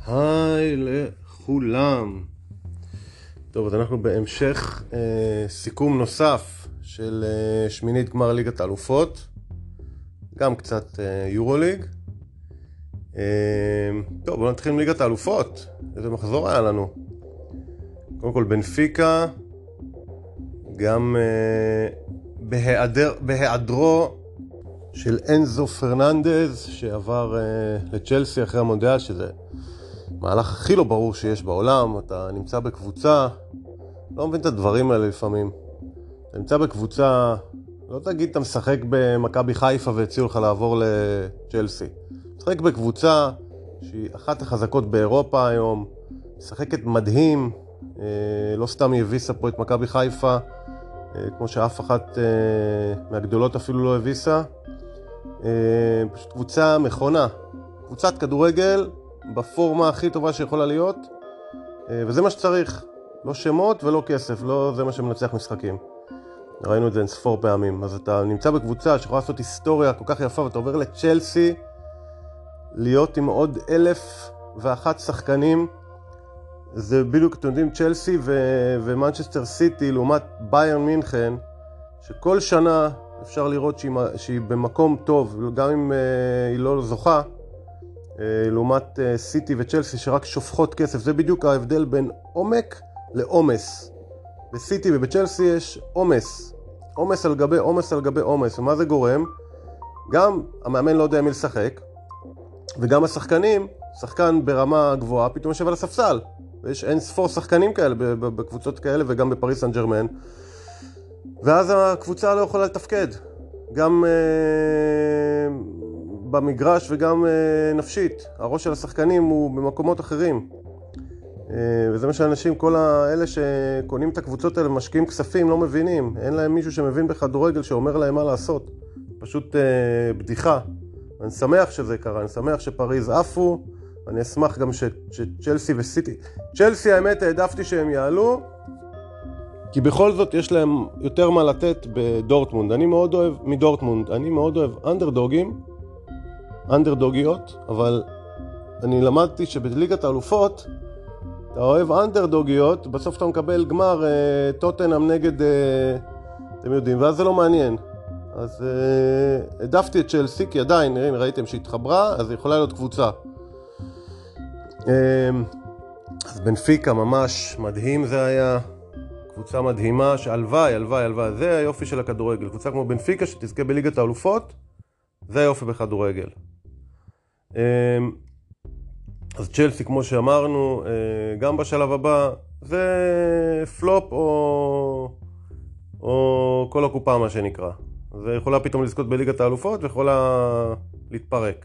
היי לכולם. טוב, אז אנחנו בהמשך סיכום נוסף של שמינית גמר ליגת האלופות, גם קצת יורוליג. טוב, בואו נתחיל עם ליגת האלופות. איזה מחזור היה לנו. קודם כל בנפיקה, גם בהיעדרו של אנזו פרננדז שעבר לצ'לסי אחרי המונדיאל, שזה מהלך הכי לא ברור שיש בעולם. אתה נמצא בקבוצה, לא מבין את הדברים האלה לפעמים. אתה נמצא בקבוצה, לא תגיד אתה משחק במכבי חיפה והציעו לך לעבור לצ'לסי. משחק בקבוצה שהיא אחת החזקות באירופה היום, משחקת מדהים, לא סתם היא הביסה פה את מכבי חיפה, כמו שאף אחת מהגדולות אפילו לא הביסה. פשוט קבוצה מכונה, קבוצת כדורגל בפורמה הכי טובה שיכולה להיות, וזה מה שצריך, לא שמות ולא כסף, לא זה מה שמנצח משחקים. ראינו את זה אין ספור פעמים. אז אתה נמצא בקבוצה שיכולה לעשות היסטוריה כל כך יפה, ואתה עובר לצ'לסי להיות עם עוד 1,001 שחקנים. זה בדיוק, אתם יודעים, צ'לסי ומנצ'סטר סיטי לעומת ביירן מינכן, שכל שנה אפשר לראות שהיא במקום טוב, גם אם היא לא זוכה, לעומת סיטי וצ'לסי שרק שופכות כסף. זה בדיוק ההבדל בין עומק לעומס. בסיטי ובצ'לסי יש עומס. עומס על גבי עומס על גבי עומס. ומה זה גורם? גם המאמן לא יודע מי לשחק, וגם השחקנים, שחקן ברמה גבוהה, פתאום יושב על הספסל. ויש אין ספור שחקנים כאלה בקבוצות כאלה, וגם בפריס סן ז'רמן. ואז הקבוצה לא יכולה לתפקד. גם במגרש וגם נפשית. הראש של השחקנים הוא במקומות אחרים. וזה מה שאנשים, כל האלה שקונים את הקבוצות האלה ומשקיעים כספים, לא מבינים. אין להם מישהו שמבין בכדורגל שאומר להם מה לעשות. פשוט בדיחה. אני שמח שזה קרה, אני שמח שפריז עפו, אני אשמח גם שצ'לסי וסיטי. צ'לסי, האמת, העדפתי שהם יעלו, כי בכל זאת יש להם יותר מה לתת בדורטמונד. אני מאוד אוהב מדורטמונד, אני מאוד אוהב אנדרדוגיות, אבל אני למדתי שבליגת האלופות, אתה אוהב אנדרדוגיות, בסוף אתה מקבל גמר טוטנהאם נגד, אתם יודעים, ואז זה לא מעניין. אז העדפתי את צ'לסי, כי עדיין, ראיתם שהתחברה, אז יכולה להיות קבוצה. אז בנפיקה ממש מדהים זה היה, קבוצה מדהימה, שהלוואי, זה היופי של הכדורגל. קבוצה כמו בנפיקה שתזכה בליגת האלופות, זה היופי בכדורגל. אז צ'לסי, כמו שאמרנו, גם בשלב הבא, זה פלופ או כל הקופה, מה שנקרא. זה יכולה פתאום לזכות בליגת האלופות ויכולה להתפרק.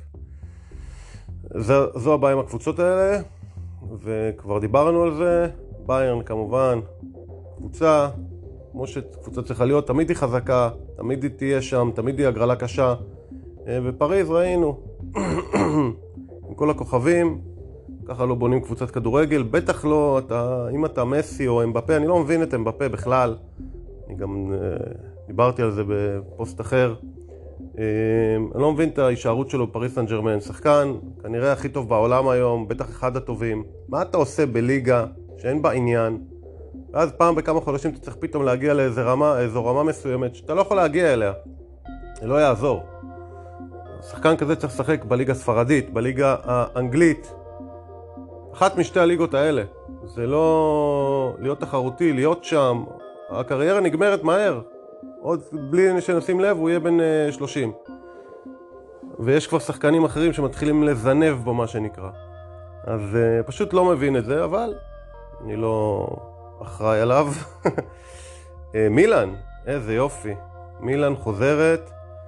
זו הבעיה עם הקבוצות האלה, וכבר דיברנו על זה. ביירן כמובן, קבוצה, כמו שקבוצה צריכה להיות, תמיד היא חזקה, תמיד היא תהיה שם, תמיד היא הגרלה קשה. ופריז ראינו, עם כל הכוכבים, ככה לא בונים קבוצת כדורגל, בטח לא, אם אתה מסי או אמבפה, אני לא מבין את אמבפה בכלל, אני גם דיברתי על זה בפוסט אחר, אני לא מבין את ההישארות שלו בפריס סן ז'רמן, שחקן כנראה הכי טוב בעולם היום, בטח אחד הטובים. מה אתה עושה בליגה שאין בה עניין, ואז פעם בכמה חודשים אתה צריך פתאום להגיע לאיזו רמה מסוימת שאתה לא יכול להגיע אליה, זה לא יעזור. שחקן כזה צריך לשחק בליגה הספרדית, בליגה האנגלית, אחת משתי הליגות האלה. זה לא להיות תחרותי, להיות שם. הקריירה נגמרת מהר. עוד בלי שנשים לב, הוא יהיה בן 30. ויש כבר שחקנים אחרים שמתחילים לזנב בו, מה שנקרא. אז פשוט לא מבין את זה, אבל אני לא אחראי עליו. מילאן, איזה יופי. מילאן חוזרת.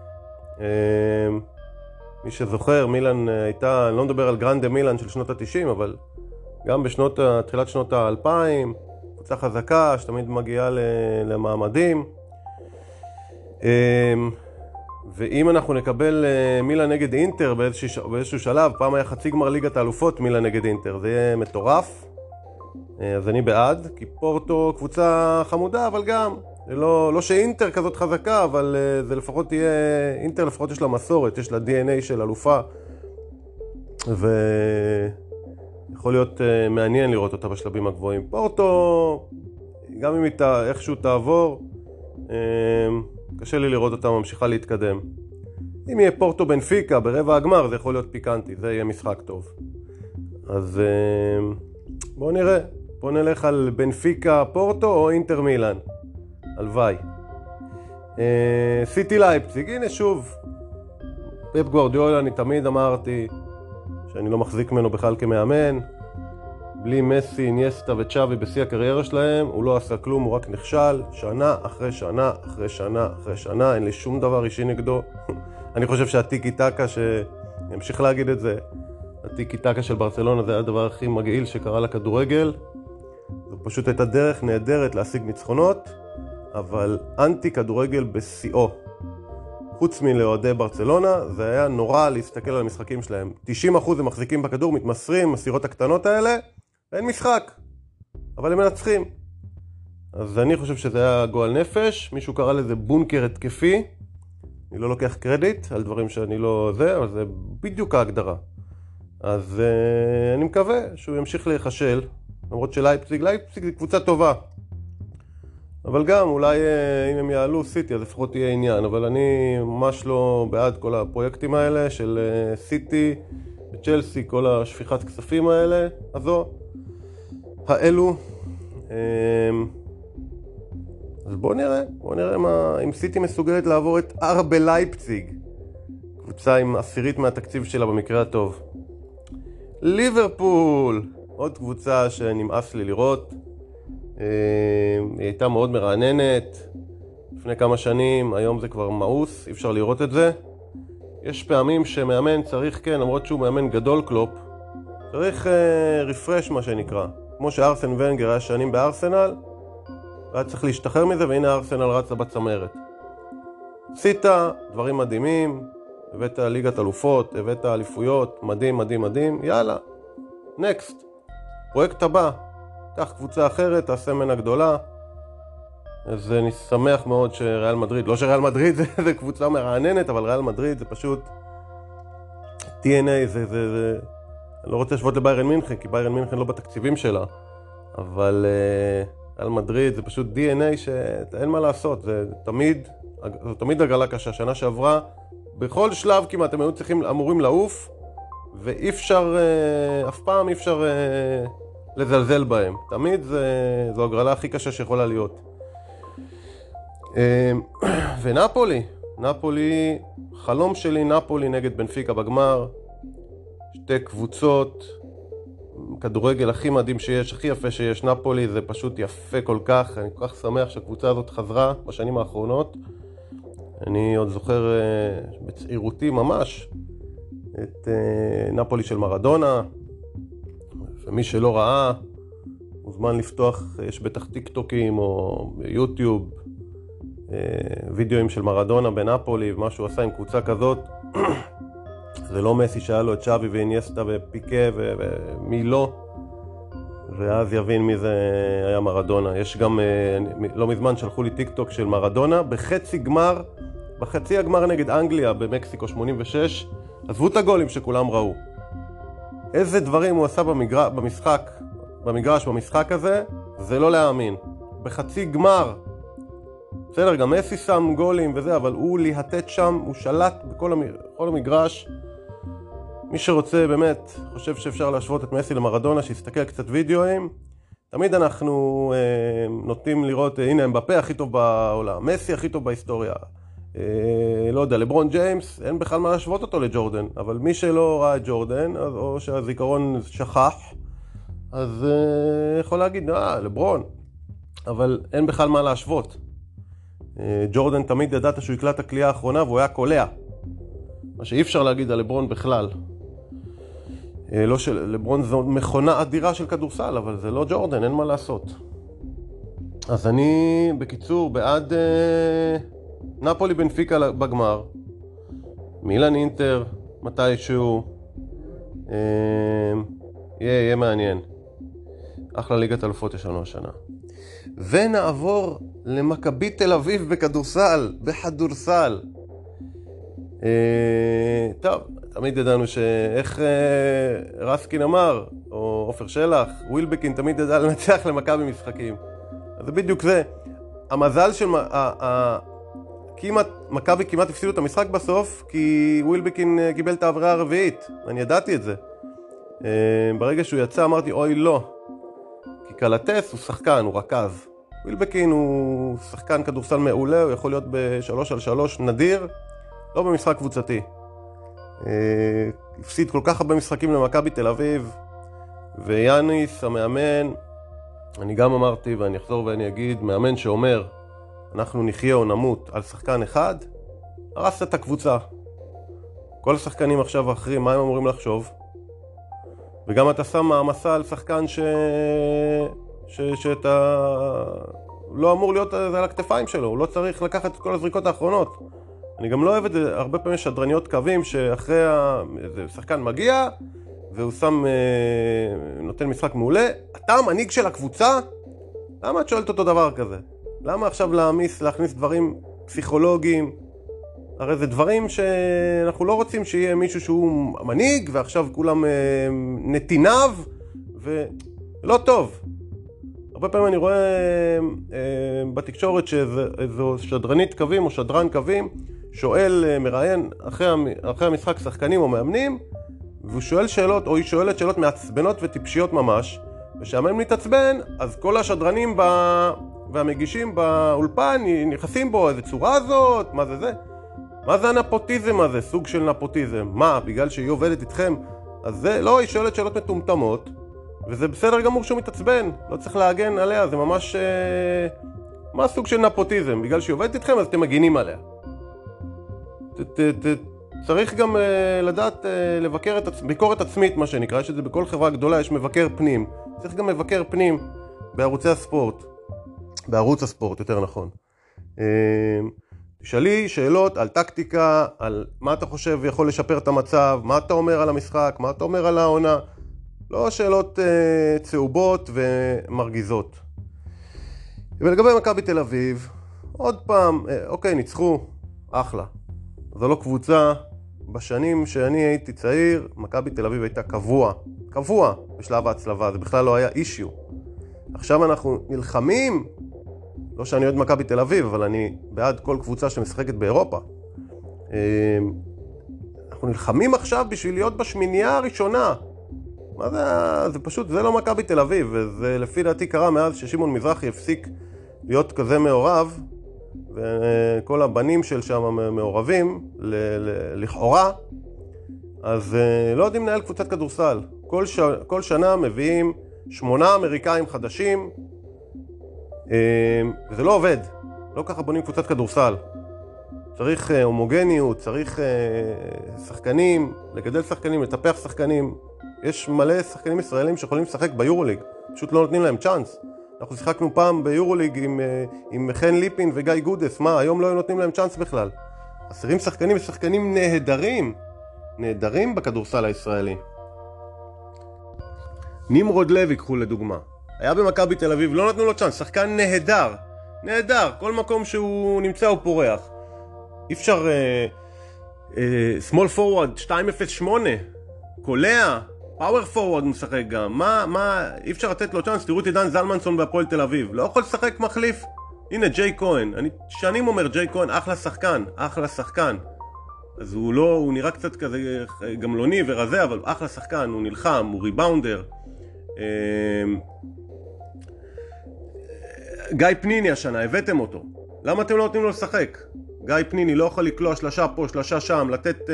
מי שזוכר, מילאן הייתה, אני לא מדבר על גרנדה מילאן של שנות ה-90, אבל גם תחילת שנות ה-2000, קבוצה חזקה שתמיד מגיעה למעמדים. ואם אנחנו נקבל מילאן נגד אינטר באיזשהו שלב, פעם היה חצי גמר ליגת האלופות מילאן נגד אינטר, זה יהיה מטורף. אז אני בעד, כי פורטו קבוצה חמודה, אבל גם לא שאינטר כזאת חזקה, אבל זה לפחות תהיה, אינטר לפחות יש לה מסורת, יש לה DNA של אלופה, יכול להיות מעניין לראות אותה בשלבים הגבוהים. פורטו, גם אם היא איכשהו תעבור, קשה לי לראות אותה ממשיכה להתקדם. אם יהיה פורטו בנפיקה ברבע הגמר, זה יכול להיות פיקנטי, זה יהיה משחק טוב. אז בואו נראה, בואו נלך על בנפיקה פורטו או אינטר מילאן. הלוואי. סיטי לייפציג, הנה שוב, פפ גוארדיולה, אני תמיד אמרתי שאני לא מחזיק ממנו בכלל כמאמן. בלי מסי, אינייסטה וצ'אבי בשיא הקריירה שלהם, הוא לא עשה כלום, הוא רק נכשל, שנה אחרי שנה אחרי שנה אחרי שנה, אין לי שום דבר אישי נגדו. אני חושב שהטיקי טקה, אני אמשיך להגיד את זה, הטיקי טקה של ברצלונה זה הדבר הכי מגעיל שקרה לכדורגל. זו פשוט הייתה דרך נהדרת להשיג ניצחונות, אבל אנטי כדורגל בשיאו. חוץ מלאוהדי ברצלונה, זה היה נורא להסתכל על המשחקים שלהם. 90% הם מחזיקים בכדור, מתמסרים, הסירות הקטנות האלה, ואין משחק. אבל הם מנצחים. אז אני חושב שזה היה גועל נפש, מישהו קרא לזה בונקר התקפי. אני לא לוקח קרדיט על דברים שאני לא זה, אבל זה בדיוק ההגדרה. אז אני מקווה שהוא ימשיך להיחשל, למרות שלייפציג זה קבוצה טובה. אבל גם אולי אם הם יעלו סיטי אז לפחות יהיה עניין, אבל אני ממש לא בעד כל הפרויקטים האלה של סיטי וצ'לסי, כל השפיכת כספים האלה, האלו. אז בואו נראה אם סיטי מסוגלת לעבור את ארבה לייפציג, קבוצה עם 10% מהתקציב שלה במקרה הטוב. ליברפול, עוד קבוצה שנמאס לי לראות. היא הייתה מאוד מרעננת לפני כמה שנים, היום זה כבר מאוס, אי אפשר לראות את זה. יש פעמים שמאמן צריך, כן, למרות שהוא מאמן גדול קלופ, צריך רפרש מה שנקרא, כמו שארסן ונגר היה שנים בארסנל, והיה צריך להשתחרר מזה, והנה ארסנל רצה בצמרת. עשית דברים מדהימים, הבאת ליגת אלופות, הבאת אליפויות, מדהים מדהים מדהים, יאללה, נקסט, פרויקט הבא, קח קבוצה אחרת, תעשה מנה גדולה. אז אני שמח מאוד שריאל מדריד, לא שריאל מדריד זה קבוצה מרעננת, אבל ריאל מדריד זה פשוט DNA, זה אני לא רוצה לשבות לביירן מינכן, כי ביירן מינכן לא בתקציבים שלה, אבל ריאל מדריד זה פשוט DNA שאין מה לעשות, זה תמיד הגרלה קשה. שנה שעברה, בכל שלב כמעט הם היו אמורים לעוף, ואי אפשר, אף פעם אי אפשר לזלזל בהם. תמיד זו הגרלה הכי קשה שיכולה להיות. ונפולי, חלום שלי, נפולי נגד בנפיקה בגמר. שתי קבוצות, כדורגל הכי מדהים שיש, הכי יפה שיש. נפולי זה פשוט יפה כל כך. אני כל כך שמח שהקבוצה הזאת חזרה בשנים האחרונות. אני עוד זוכר בצעירותי ממש את נפולי של מרדונה, ומי שלא ראה מוזמן לפתוח, יש בטח טיק טוקים או יוטיוב וידאוים של מרדונה בנפולי ומה שהוא עשה עם קבוצה כזאת. זה לא מסי שהיה לו את צ'אבי ואינייסטה ופיקה ומי לא, ואז יבין מי זה היה מרדונה. יש גם, לא מזמן שלחו לי טיק טוק של מרדונה בחצי הגמר נגד אנגליה במקסיקו 86. עזבו את הגולים שכולם ראו, איזה דברים הוא עשה במשחק הזה, זה לא להאמין. בחצי גמר, בסדר, גם מסי שם גולים וזה, אבל הוא להטט שם, הוא שלט בכל המגרש. מי שרוצה באמת, חושב שאפשר להשוות את מסי למרדונה, שיסתכל קצת וידאוים. תמיד אנחנו נוטים לראות, הנה אמבפה הכי טוב בעולם, מסי הכי טוב בהיסטוריה. לא יודע, לברון ג'יימס, אין בכלל מה להשוות אותו לג'ורדן, אבל מי שלא ראה את ג'ורדן, או שהזיכרון שכח, אז יכול להגיד, לברון, אבל אין בכלל מה להשוות. ג'ורדן תמיד ידעת שהוא יקלע את הקליעה האחרונה והוא היה קולע, מה שאי אפשר להגיד על לברון בכלל. לא שלברון זו מכונה אדירה של כדורסל, אבל זה לא ג'ורדן, אין מה לעשות. אז אני בקיצור בעד נפולי בנפיקה בגמר, מילאן אינטר מתישהו, יהיה מעניין. אחלה ליגת אלופות יש לנו השנה. ונעבור למכבי תל אביב בכדורסל, בחדורסל. טוב, תמיד ידענו שאיך רסקין אמר, או עופר שלח, ווילבקין תמיד ידע לנצח למכבי משחקים. אז זה בדיוק זה. המזל של מכבי כמעט הפסידו את המשחק בסוף, כי ווילבקין קיבל את העבירה הרביעית. אני ידעתי את זה. ברגע שהוא יצא אמרתי, אוי לא. כי קלטס הוא שחקן, הוא רכז. ווילבקין הוא שחקן כדורסל מעולה, הוא יכול להיות ב3-על-3 נדיר, לא במשחק קבוצתי. הפסיד כל כך הרבה משחקים למכבי תל אביב, ויאניס המאמן, אני גם אמרתי ואני אחזור ואני אגיד, מאמן שאומר אנחנו נחיה או נמות על שחקן אחד, הרסת את הקבוצה. כל השחקנים עכשיו האחרים, מה הם אמורים לחשוב? וגם אתה שם מעמסה על שחקן שאתה לא אמור להיות על הכתפיים שלו, הוא לא צריך לקחת את כל הזריקות האחרונות. אני גם לא אוהב את זה, הרבה פעמים שדרניות קווים שאחרי שחקן מגיע והוא שם, נותן משחק מעולה, אתה המנהיג של הקבוצה? למה את שואלת אותו דבר כזה? למה עכשיו להכניס דברים פסיכולוגיים? הרי זה דברים שאנחנו לא רוצים שיהיה מישהו שהוא מנהיג ועכשיו כולם נתיניו ולא טוב. הרבה פעמים אני רואה בתקשורת שאיזו שדרנית קווים או שדרן קווים שואל, מראיין אחרי המשחק שחקנים או מאמנים, והוא שואל שאלות או היא שואלת שאלות מעצבנות וטיפשיות ממש, ושהמאמן מתעצבן, אז כל השדרנים והמגישים באולפן נכנסים בו, איזה צורה הזאת, מה זה זה? מה זה הנפוטיזם הזה? סוג של נפוטיזם. מה, בגלל שהיא עובדת איתכם? אז זה, לא, היא שואלת שאלות מטומטמות, וזה בסדר גמור שהוא מתעצבן, לא צריך להגן עליה, זה ממש מה סוג של נפוטיזם? בגלל שהיא עובדת איתכם אז אתם מגינים עליה. צריך גם לדעת לבקר את ביקורת עצמית, מה שנקרא, שזה בכל חברה גדולה יש מבקר פנים. צריך גם מבקר פנים בערוצי הספורט, בערוץ הספורט יותר נכון. תשאלי שאלות על טקטיקה, על מה אתה חושב יכול לשפר את המצב, מה אתה אומר על המשחק, מה אתה אומר על העונה. לא שאלות צהובות ומרגיזות. ולגבי מכבי תל אביב, עוד פעם, אוקיי, ניצחו, אחלה. זו לא קבוצה. בשנים שאני הייתי צעיר, מכבי תל אביב הייתה קבוע בשלב ההצלבה, זה בכלל לא היה אישיו. עכשיו אנחנו נלחמים, לא שאני אוהד מכבי תל אביב, אבל אני בעד כל קבוצה שמשחקת באירופה. אנחנו נלחמים עכשיו בשביל להיות בשמינייה הראשונה. מה זה? זה פשוט, זה לא מכבי תל אביב, וזה לפי דעתי קרה מאז ששימון מזרחי הפסיק להיות כזה מעורב, וכל הבנים של שם מעורבים, לכאורה, אז לא יודעים לנהל קבוצת כדורסל. כל שנה מביאים 8 אמריקאים חדשים, וזה לא עובד. לא ככה בונים קבוצת כדורסל. צריך הומוגניות, צריך שחקנים, לגדל שחקנים, לטפח שחקנים. יש מלא שחקנים ישראלים שיכולים לשחק ביורוליג, פשוט לא נותנים להם צ'אנס. אנחנו שיחקנו פעם ביורוליג עם חן ליפין וגיא גודס, מה, היום לא נותנים להם צ'אנס בכלל. חסרים שחקנים ושחקנים נהדרים בכדורסל הישראלי. נמרוד לוי, קחו לדוגמה. היה במכבי תל אביב, לא נתנו לו צ'אנס, שחקן נהדר, כל מקום שהוא נמצא הוא פורח. אי אפשר, small forward 208, קולע, פאוור פורוורד משחק גם, אי אפשר לתת לו צ'אנס, תראו את עידן זלמנסון בהפועל תל אביב, לא יכול לשחק מחליף. הנה ג'יי כהן, אני שנים אומר ג'יי כהן, אחלה שחקן. אז הוא נראה קצת כזה גמלוני ורזה, אבל אחלה שחקן, הוא נלחם, הוא ריבאונדר. גיא פניני השנה, הבאתם אותו. למה אתם לא נותנים לו לשחק? גיא פניני לא יכול לקלוע שלושה פה, שלושה שם, לתת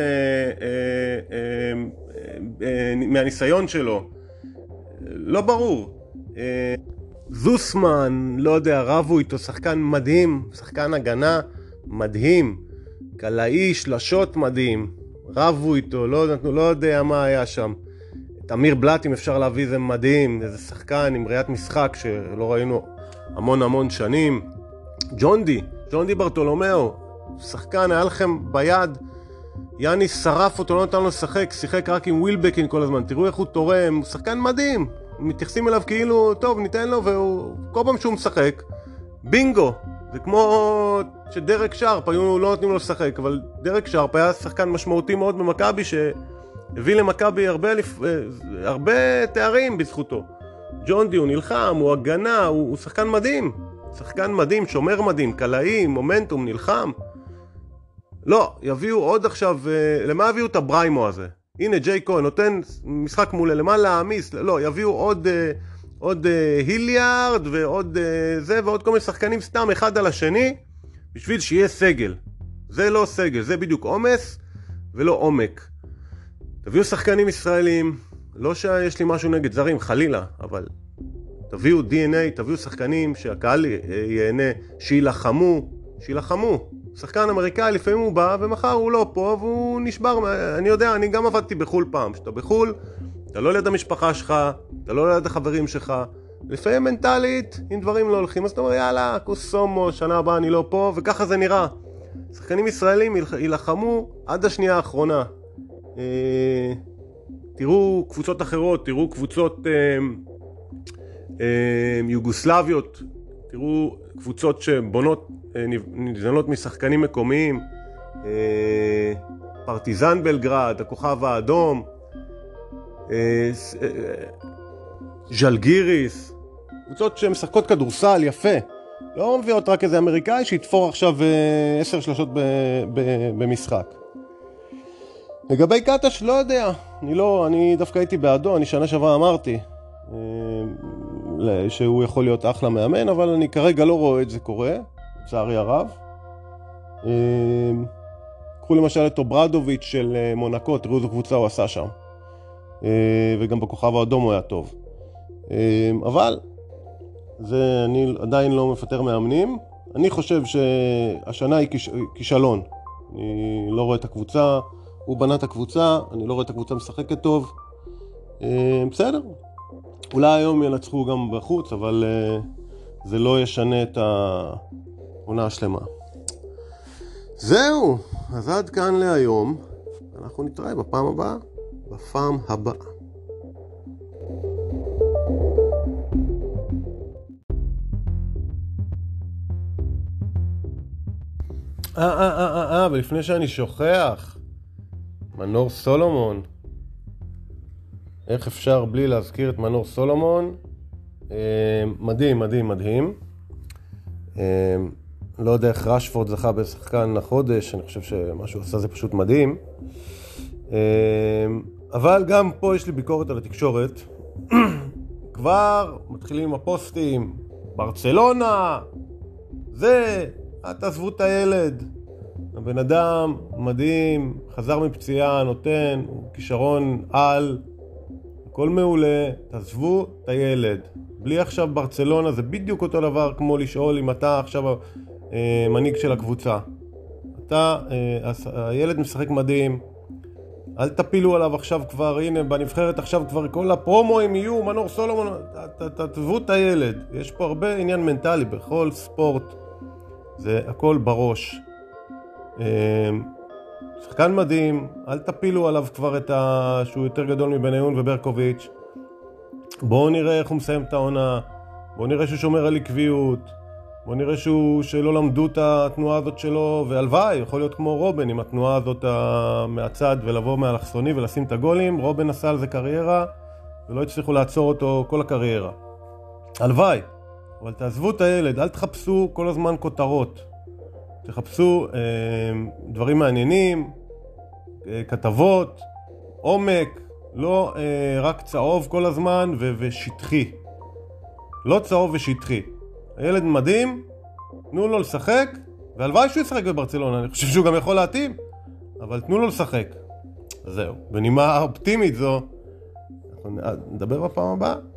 מהניסיון שלו. לא ברור. זוסמן, לא יודע, רבו איתו, שחקן מדהים, שחקן הגנה מדהים, קלעי, שלשות מדהים, רבו איתו, לא יודע מה היה שם. את אמיר בלט, אם אפשר להביא, זה מדהים, איזה שחקן עם ראיית משחק שלא ראינו המון שנים. ג'ון די ברטולומיאו, שחקן, היה לכם ביד, יאניס שרף אותו, לא נתן לו לשחק, שיחק רק עם ווילבקין כל הזמן, תראו איך הוא תורם, הוא שחקן מדהים, מתייחסים אליו כאילו, טוב, ניתן לו, והוא כל פעם שהוא משחק, בינגו, זה כמו שדרק שרפ, היו לא נותנים לו לשחק, אבל דרק שרפ היה שחקן משמעותי מאוד במכבי, שהביא למכבי הרבה תארים בזכותו. ג'ון די הוא נלחם, הוא הגנה, הוא שחקן מדהים. שחקן מדהים, שומר מדהים, קלעי, מומנטום, נלחם. לא, יביאו עוד עכשיו, למה הביאו את הבריימו הזה? הנה ג'יי כהן נותן משחק מולה, למה להעמיס? לא, יביאו עוד היליארד ועוד זה ועוד כל מיני שחקנים סתם אחד על השני בשביל שיהיה סגל. זה לא סגל, זה בדיוק עומס ולא עומק. תביאו שחקנים ישראלים, לא שיש לי משהו נגד זרים, חלילה, אבל תביאו DNA, תביאו שחקנים שהקהל ייהנה, שילחמו. שחקן אמריקאי לפעמים הוא בא ומחר הוא לא פה והוא נשבר. אני יודע, אני גם עבדתי בחול פעם. שאתה בחול, אתה לא ליד המשפחה שלך, אתה לא ליד החברים שלך. לפעמים מנטלית, אם דברים לא הולכים, אז אתה אומר יאללה, קוסומו, שנה הבאה אני לא פה, וככה זה נראה. שחקנים ישראלים ילחמו עד השנייה האחרונה. תראו קבוצות אחרות, תראו קבוצות יוגוסלביות, תראו קבוצות שבונות, נבנות משחקנים מקומיים, פרטיזן בלגרד, הכוכב האדום, ז'לגיריס, קבוצות שמשחקות כדורסל יפה, לא מביאות רק איזה אמריקאי שיתפור עכשיו 10 שלשות במשחק. לגבי קטש לא יודע, אני דווקא הייתי בעדו, אני שנה שעברה אמרתי שהוא יכול להיות אחלה מאמן, אבל אני כרגע לא רואה את זה קורה, לצערי הרב. קחו למשל את אוברדוביץ' של מונקו, תראו איזו קבוצה הוא עשה שם, וגם בכוכב האדום הוא היה טוב. אבל אני עדיין לא מפטר מאמנים. אני חושב שהשנה היא כישלון. אני לא רואה את הקבוצה, הוא בנה את הקבוצה, אני לא רואה את הקבוצה משחקת טוב. בסדר, אולי היום ינצחו גם בחוץ, אבל זה לא ישנה את העונה השלמה. זהו, אז עד כאן להיום. אנחנו נתראה בפעם הבאה. ולפני שאני שוכח, מנור סולומון, איך אפשר בלי להזכיר את מנור סולומון? מדהים. לא יודע איך רשפורד זכה בשחקן החודש, אני חושב שמה שהוא עשה זה פשוט מדהים. אבל גם פה יש לי ביקורת על התקשורת. כבר מתחילים עם הפוסטים, ברצלונה, תעזבו את הילד. הבן אדם מדהים, חזר מפציעה, נותן, הוא כישרון על, הכל מעולה, תעזבו את הילד. בלי עכשיו ברצלונה, זה בדיוק אותו דבר כמו לשאול אם אתה עכשיו מנהיג של הקבוצה. הילד משחק מדהים, אל תפילו עליו עכשיו כבר, הנה בנבחרת עכשיו כבר כל הפרומואים יהיו, מנור סולומון, תעזבו את הילד. יש פה הרבה עניין מנטלי בכל ספורט, זה הכל בראש. שחקן מדהים, אל תפילו עליו כבר שהוא יותר גדול מבניון וברקוביץ'. בואו נראה איך הוא מסיים את העונה, בואו נראה שהוא שומר על עקביות, בואו נראה שלא למדו את התנועה הזאת שלו, והלוואי, יכול להיות כמו רובן עם התנועה הזאת מהצד ולבוא מהאלכסוני ולשים את הגולים. רובן עשה על זה קריירה ולא הצליחו לעצור אותו כל הקריירה. הלוואי, אבל תעזבו את הילד, אל תחפשו כל הזמן כותרות, תחפשו דברים מעניינים, כתבות, עומק, לא רק צהוב כל הזמן ושטחי. לא צהוב ושטחי. הילד מדהים, תנו לו לשחק, והלוואי שהוא ישחק בברצלונה, אני חושב שהוא גם יכול להתאים, אבל תנו לו לשחק. זהו, בנימה אופטימית זו, אנחנו נדבר בפעם הבאה.